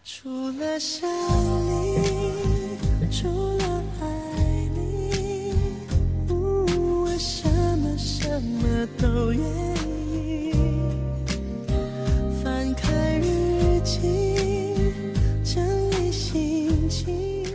除了想你，除了爱你，我什么都愿意。翻开日记，整理心情。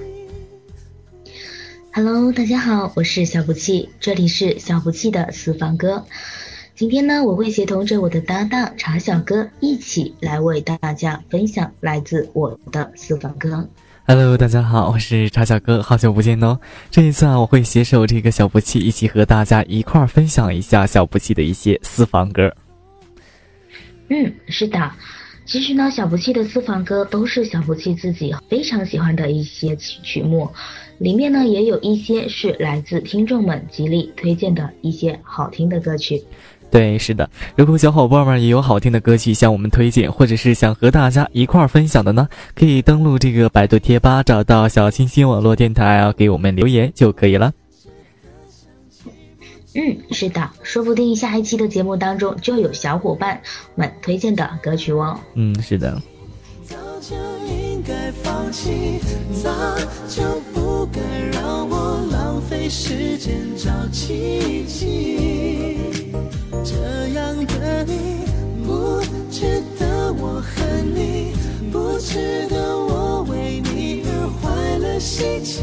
Hello， 大家好，我是小不气，这里是小不气的私房歌。今天呢，我会协同着我的搭档茶小哥一起来为大家分享来自我的私房歌。 Hello， 大家好，我是茶小哥，好久不见哦。这一次我会携手这个小不气一起和大家一块儿分享一下小不气的一些私房歌。 是的。其实呢，小不气的私房歌都是小不气自己非常喜欢的一些曲目，里面呢也有一些是来自听众们极力推荐的一些好听的歌曲。 对，是的，如果小伙伴们也有好听的歌曲向我们推荐，或者是想和大家一块儿分享的呢，可以登录这个百度贴吧，找到小清新网络电台给我们留言就可以了。 是的，说不定下一期的节目当中就有小伙伴们推荐的歌曲哦。 是的。 早就应该放弃，早就不该让我浪费时间找奇迹。这样的你不值得我恨你，不值得我为你而坏了心情。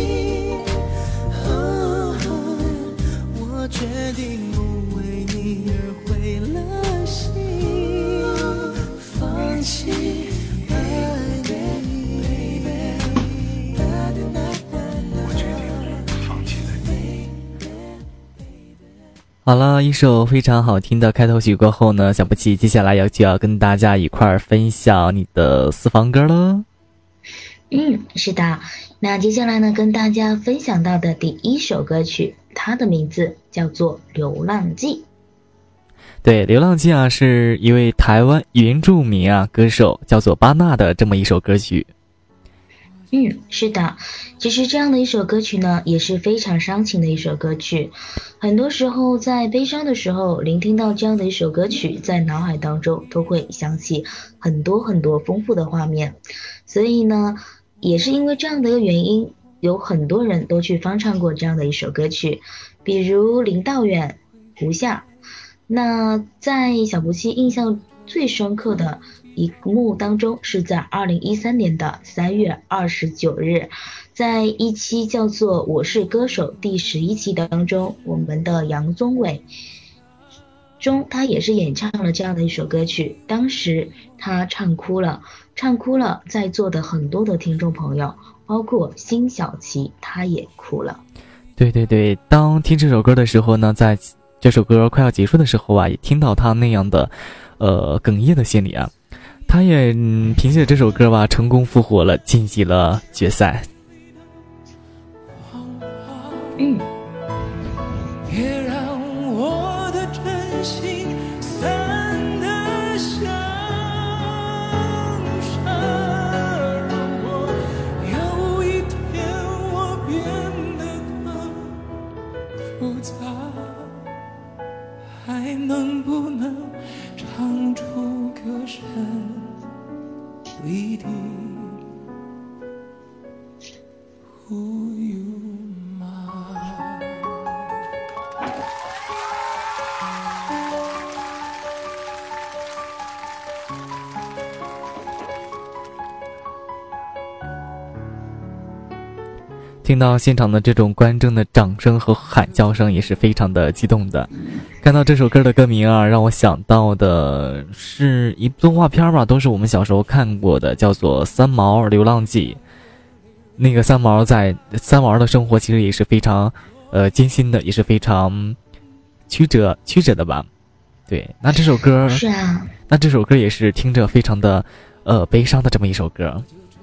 我决定不为你而毁了心，放弃爱你。我决定放弃了你。 好了，一首非常好听的开头曲过后呢，小不气接下来就要跟大家一块儿分享你的私房歌了。 是的，那接下来呢，跟大家分享到的第一首歌曲，它的名字叫做《流浪记》。 对，《流浪记》是一位台湾原住民歌手叫做巴纳的这么一首歌曲。 是的，其实这样的一首歌曲呢，也是非常伤情的一首歌曲。很多时候在悲伤的时候，聆听到这样的一首歌曲，在脑海当中都会想起很多很多丰富的画面。所以呢，也是因为这样的一个原因，有很多人都去翻唱过这样的一首歌曲，比如林道远、胡夏。那在小不气印象最深刻的一幕当中，是在2013年的3月29日，在一期叫做《我是歌手》第11期当中，我们的杨宗纬他也是演唱了这样的一首歌曲。当时他唱哭了在座的很多的听众朋友，包括辛晓琪，他也哭了。 对，当听这首歌的时候呢，在这首歌快要结束的时候也听到他那样的哽咽的心理他也凭借这首歌成功复活了，晋级了决赛。 别让我的真心散得像沙，让我有一天我变得更复杂，还能不能唱出歌声里的 Who you are。 听到现场的这种观众的掌声和喊叫声，也是非常的激动的。看到这首歌的歌名让我想到的是一部动画片都是我们小时候看过的，叫做《三毛流浪记》。那个三毛的生活其实也是非常艰辛的，也是非常曲折的吧。对，那这首歌是那这首歌也是听着非常的悲伤的这么一首歌。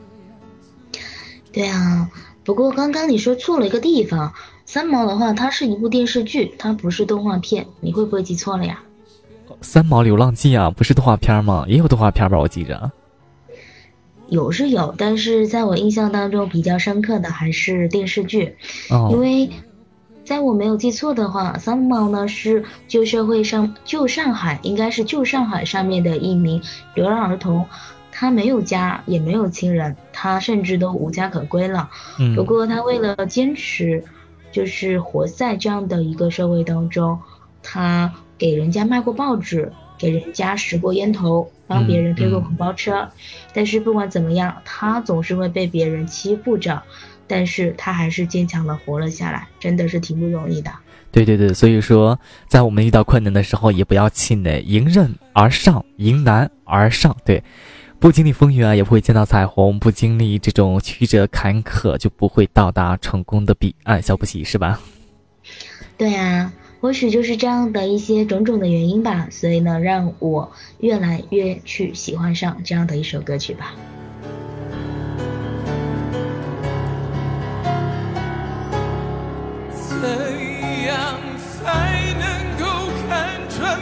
对不过刚刚你说错了一个地方，三毛的话它是一部电视剧，它不是动画片，你会不会记错了呀？ 三毛流浪记不是动画片吗？也有动画片吧，我记着。 有是有，但是在我印象当中比较深刻的还是电视剧。因为在我没有记错的话，三毛呢是应该是旧上海上面的一名流浪儿童， 他没有家也没有亲人，他甚至都无家可归了。不过他为了坚持就是活在这样的一个社会当中，他给人家卖过报纸，给人家拾过烟头，帮别人推过红包车，但是不管怎么样，他总是会被别人欺负着，但是他还是坚强的活了下来，真的是挺不容易的。 对对对，所以说在我们遇到困难的时候也不要气馁，迎刃而上，迎难而上。对，不经历风雨啊，也不会见到彩虹，不经历这种曲折坎坷，就不会到达成功的彼岸，小不喜是吧？ 对啊，或许就是这样的一些种种的原因吧，所以呢，让我越来越去喜欢上这样的一首歌曲吧。 怎样才能够看穿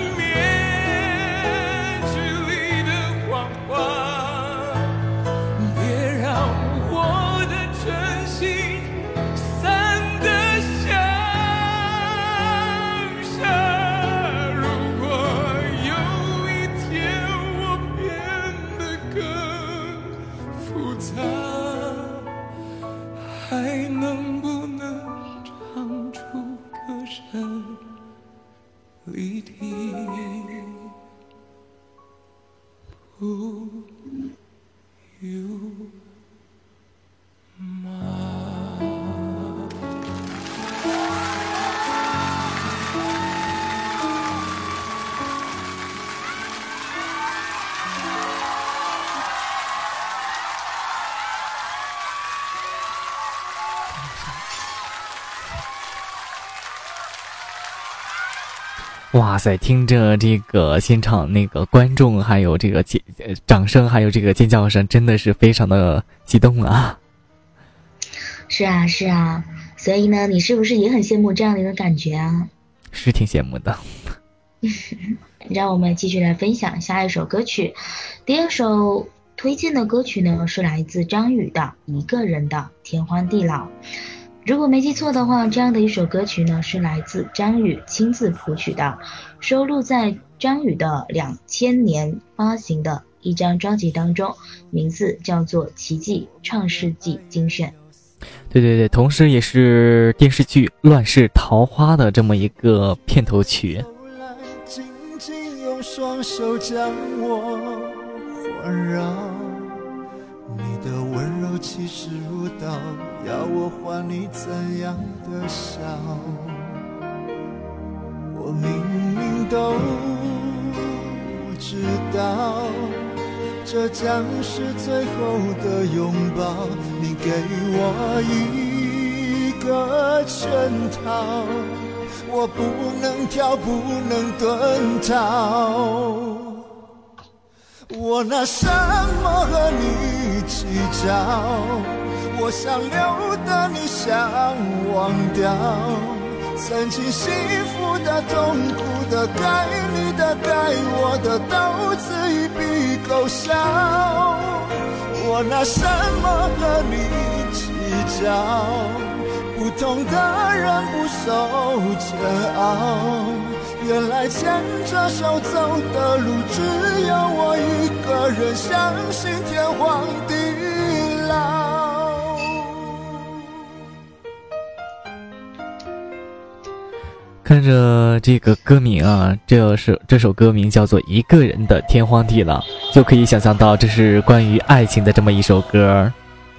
面具里的谎话？别让我的真心散得像沙。如果有一天我变得更复杂，还能不能唱出歌声离题？不有吗？ 哇塞，听着这个现场那个观众还有这个掌声还有这个尖叫声，真的是非常的激动啊。 是啊是啊，所以呢，你是不是也很羡慕这样的一个感觉啊？ 是挺羡慕的。 让我们继续来分享下一首歌曲。第二首推荐的歌曲呢，是来自张宇的《一个人的天荒地老》。如果没记错的话，这样的一首歌曲呢，是来自张宇亲自谱曲的，收录在张宇的2000年发行的一张专辑当中，名字叫做《奇迹创世纪精选》。 对对对，同时也是电视剧《乱世桃花》的这么一个片头曲。 紧紧用双手将我环绕，你的温柔气势如刀，要我还你怎样的笑？我明明都知道，这将是最后的拥抱，你给我一个圈套，我不能跳，不能遁逃。我拿什么和你计较？我想留的你想忘掉，曾经幸福的、痛苦的、该你的、该我的，都自一笔勾销。我拿什么和你计较？不同的人不受煎熬，原来牵着手走的路，只有我一个人相信天荒地老。 看着这个歌名啊，这首歌名叫做《一个人的天荒地老》，就可以想象到这是关于爱情的这么一首歌。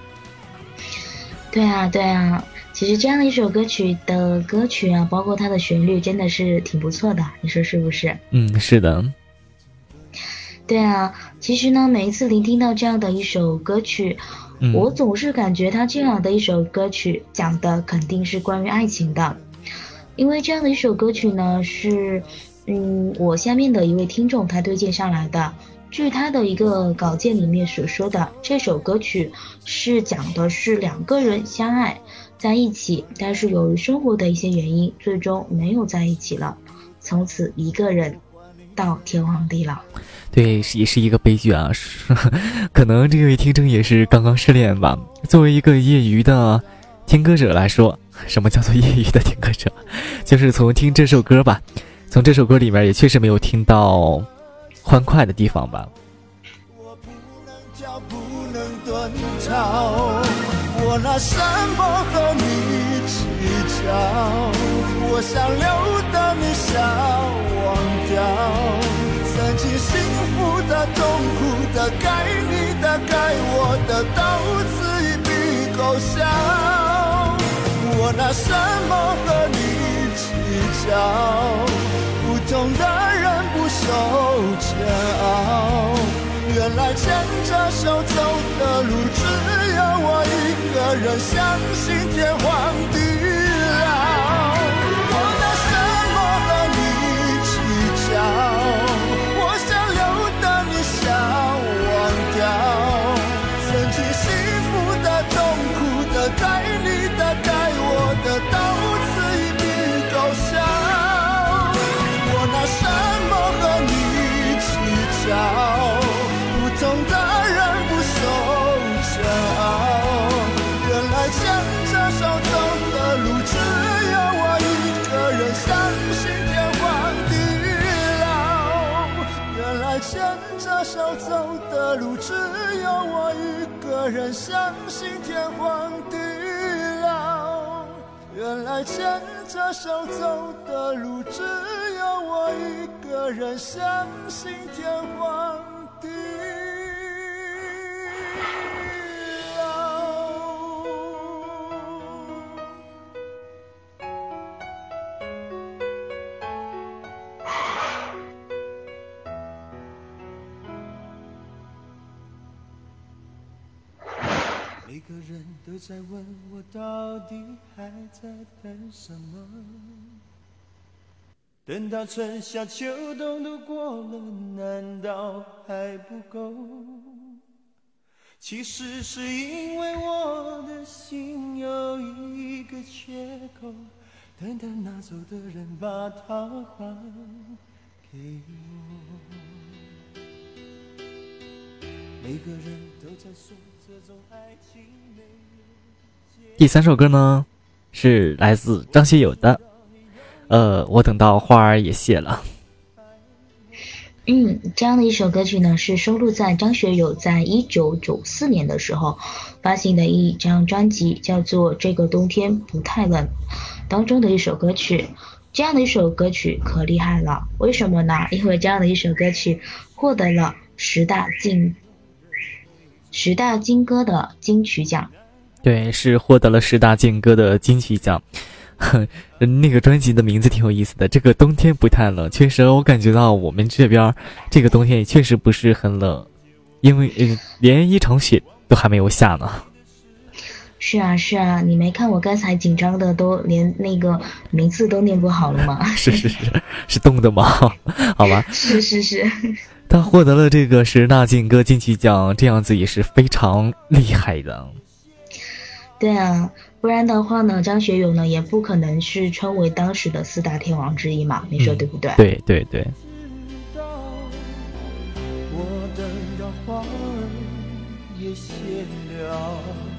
对啊对啊，其实这样的一首歌曲啊，包括它的旋律真的是挺不错的，你说是不是？ 是的。 对啊，其实呢，每一次聆听到这样的一首歌曲，我总是感觉它这样的一首歌曲讲的肯定是关于爱情的。因为这样的一首歌曲呢，是我下面的一位听众他推荐上来的。据他的一个稿件里面所说的，这首歌曲是讲的是两个人相爱在一起，但是由于生活的一些原因，最终没有在一起了，从此一个人到天荒地老。 对，也是一个悲剧啊。可能这位听众也是刚刚失恋吧。作为一个业余的听歌者来说，什么叫做业余的听歌者？就是从听这首歌吧，从这首歌里面也确实没有听到欢快的地方吧。 遁逃，我拿什么和你计较？我想留的你想忘掉，曾经幸福的、痛苦的、该你的、该我的，到此一笔勾销。我拿什么和你计较？不同的人不受煎熬，原来牵着手走的路，只有我一个人，相信天荒地老。我拿什么和你计较？我想留的你想忘掉，曾经幸福的、痛苦的、该你的、该我的，到此一笔勾销。我拿什么和你计较？不同的人不受煎熬，原来牵着手走的路，只有我一个人，相信天荒地老。原来牵着手走的路，只有我一个人，相信天荒地老。原来牵着手走的路，只有我一个人，相信天荒地老。每个人都在问我到底还在等什么，等到春夏秋冬都过了，难道还不够？其实是因为我的心有一个缺口，等待拿走的人把它还给我。每个人都在说这种爱情没有。 第3首歌呢是来自张学友的我等到花儿也谢了。 这样的一首歌曲呢，是收录在张学友在1994年的时候发行的一张专辑，叫做《这个冬天不太冷》当中的一首歌曲。这样的一首歌曲可厉害了，为什么呢？因为这样的一首歌曲获得了10大金歌的金曲奖。 对，是获得了10大金歌的金曲奖。那个专辑的名字挺有意思的，这个冬天不太冷。确实我感觉到我们这边这个冬天也确实不是很冷，因为连一场雪都还没有下呢。 是啊，你没看我刚才紧张的都连那个名字都念不好了吗？ 是冻的吗？好吧。 是。 他获得了这个10大金歌金曲奖，这样子也是非常厉害的。 对啊，不然的话呢，张学友呢也不可能是称为当时的4大天王之一嘛，你说对不对？ 对。 我等到花儿也谢了，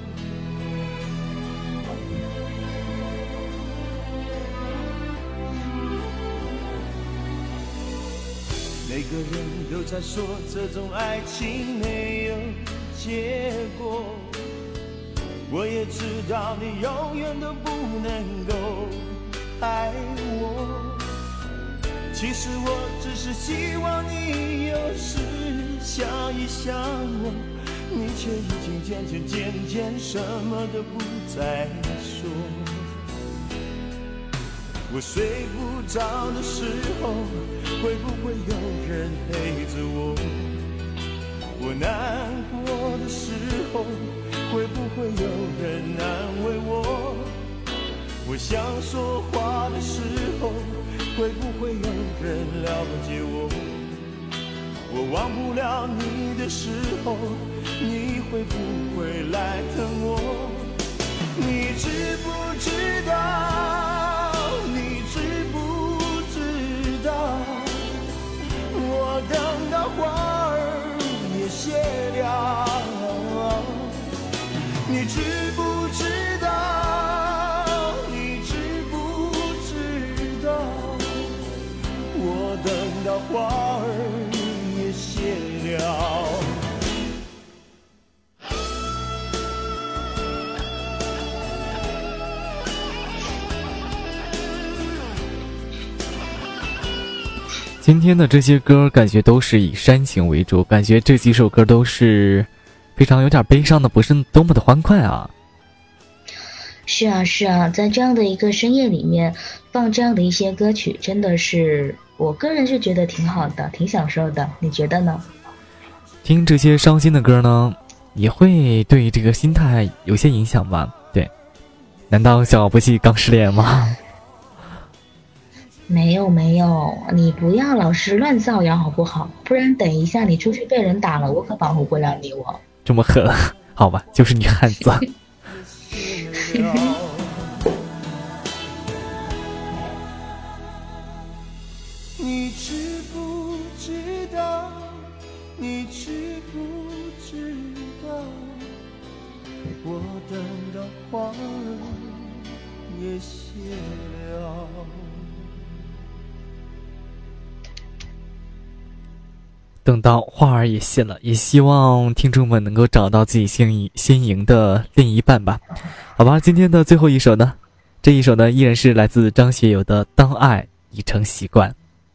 每个人都在说这种爱情没有结果，我也知道你永远都不能够爱我，其实我只是希望你有时想一想我，你却已经渐渐什么都不再说。我睡不着的时候，会不会有人陪着我？我难过的时候，会不会有人安慰我？我想说话的时候，会不会有人了解我？我忘不了你的时候，你会不会来疼我？你知不知道？你知不知道？我等到花儿也谢了。你知不知道？你知不知道？我等到花儿也谢了。 今天的这些歌感觉都是以煽情为主，感觉这几首歌都是非常有点悲伤的，不是多么的欢快啊。 是啊是啊，在这样的一个深夜里面放这样的一些歌曲，真的是我个人是觉得挺好的，挺享受的，你觉得呢？ 听这些伤心的歌呢，也会对这个心态有些影响吧？对，难道小不系刚失恋吗？ 没有没有，你不要老是乱造谣好不好？不然等一下你出去被人打了，我可保护不了你我。 这么狠，好吧，就是女汉子。 你知不知道？你知不知道？我等到花儿也谢了。 等到花儿也谢了，也希望听众们能够找到自己心仪的另一半吧。好吧，今天的最后一首呢，这一首呢依然是来自张学友的《当爱已成习惯》。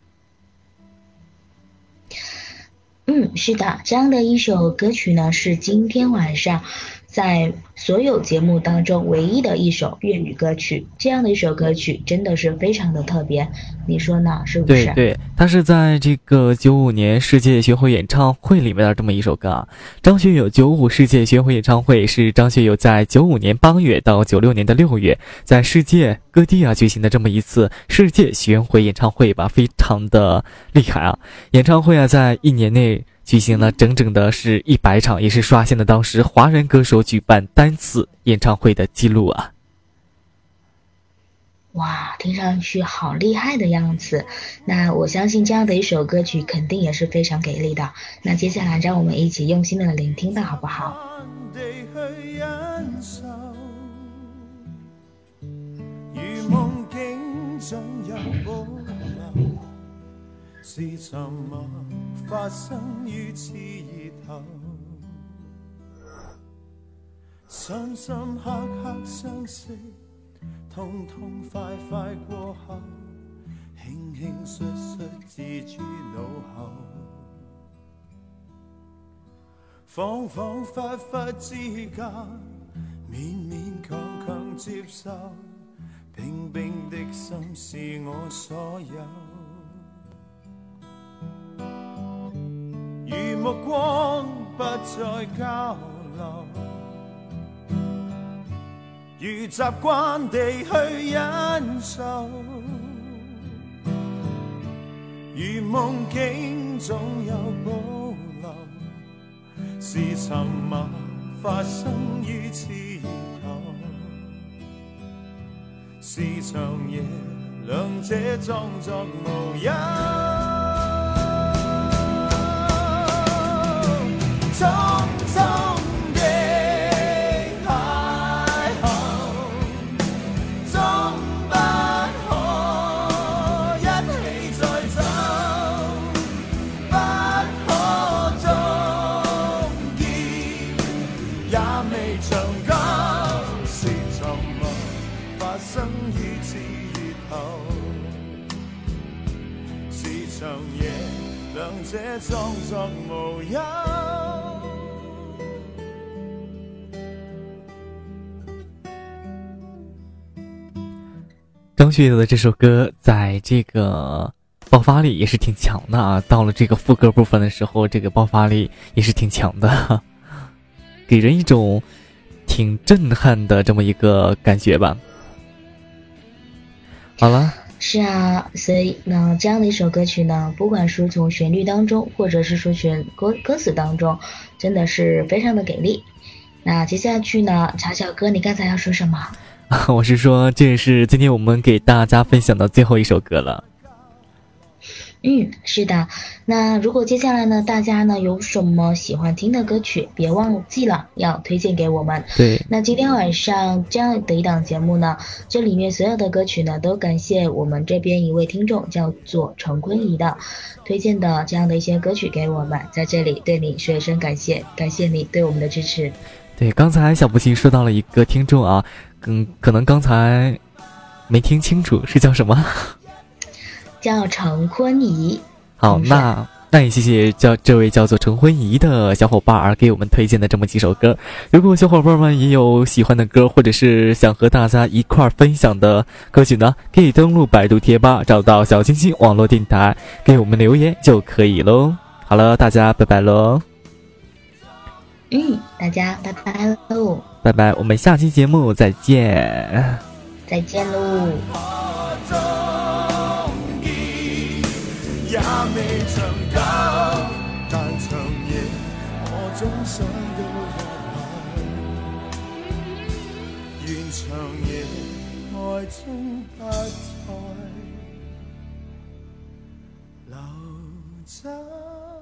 是的，这样的一首歌曲呢，是今天晚上在所有节目当中唯一的一首粤语歌曲。这样的一首歌曲真的是非常的特别，你说呢？是不是？ 对，它是在这个95年世界巡回演唱会里面的这么一首歌啊。张学友95世界巡回演唱会是张学友在95年8月到96年的6月，在世界各地举行的这么一次世界巡回演唱会吧，非常的厉害啊！演唱会在1年内举行了整整的是100场，也是刷新了当时华人歌手举办单次演唱会的记录啊！ 哇，听上去好厉害的样子。那我相信这样的一首歌曲肯定也是非常给力的。那接下来让我们一起用心的聆听吧，好不好？ 如夢境總有保留，是沉默發生於刺熱頭，深深刻刻相識，痛痛快快過後，輕輕率率自諸腦後，恍恍惚惚之間，勉勉強強接受，冰冰的心是我所有，如目光不再交流，如習慣地去忍受，如夢境總有保留，是沉默發生於刺頭，是長夜兩者裝作無憂，匆匆的邂逅，終不可一起再走，不可終結，也未長久，是沉默發生於刺月後，是長夜兩者裝作無憂。 张学友的这首歌在这个爆发力也是挺强的啊，到了这个副歌部分的时候，这个爆发力也是挺强的，给人一种挺震撼的这么一个感觉吧。好了， 是啊，所以呢，这样的一首歌曲呢，不管是从旋律当中，或者是说歌词当中，真的是非常的给力。那接下去呢，巧巧哥，你刚才要说什么？ 我是说，这也是今天我们给大家分享的最后一首歌了。 是的。那如果接下来呢，大家呢有什么喜欢听的歌曲，别忘记了要推荐给我们。 对。 那今天晚上这样的一档节目呢，这里面所有的歌曲呢，都感谢我们这边一位听众叫做陈坤怡的推荐的这样的一些歌曲给我们，在这里对你说一声感谢，感谢你对我们的支持。 对，刚才小布奇说到了一个听众啊，可能刚才没听清楚，是叫什么？ 叫陈坤怡。 好，那也谢谢这位叫做陈婚仪的小伙伴给我们推荐的这么几首歌。如果小伙伴们也有喜欢的歌，或者是想和大家一块分享的歌曲呢，可以登录百度贴吧，找到小清新网络电台，给我们留言就可以喽。好了，大家拜拜喽。 大家拜拜喽。 拜拜，我们下期节目再见。 再见喽。 也未曾夠，但長夜我總想到日後，願長夜愛中不再流走。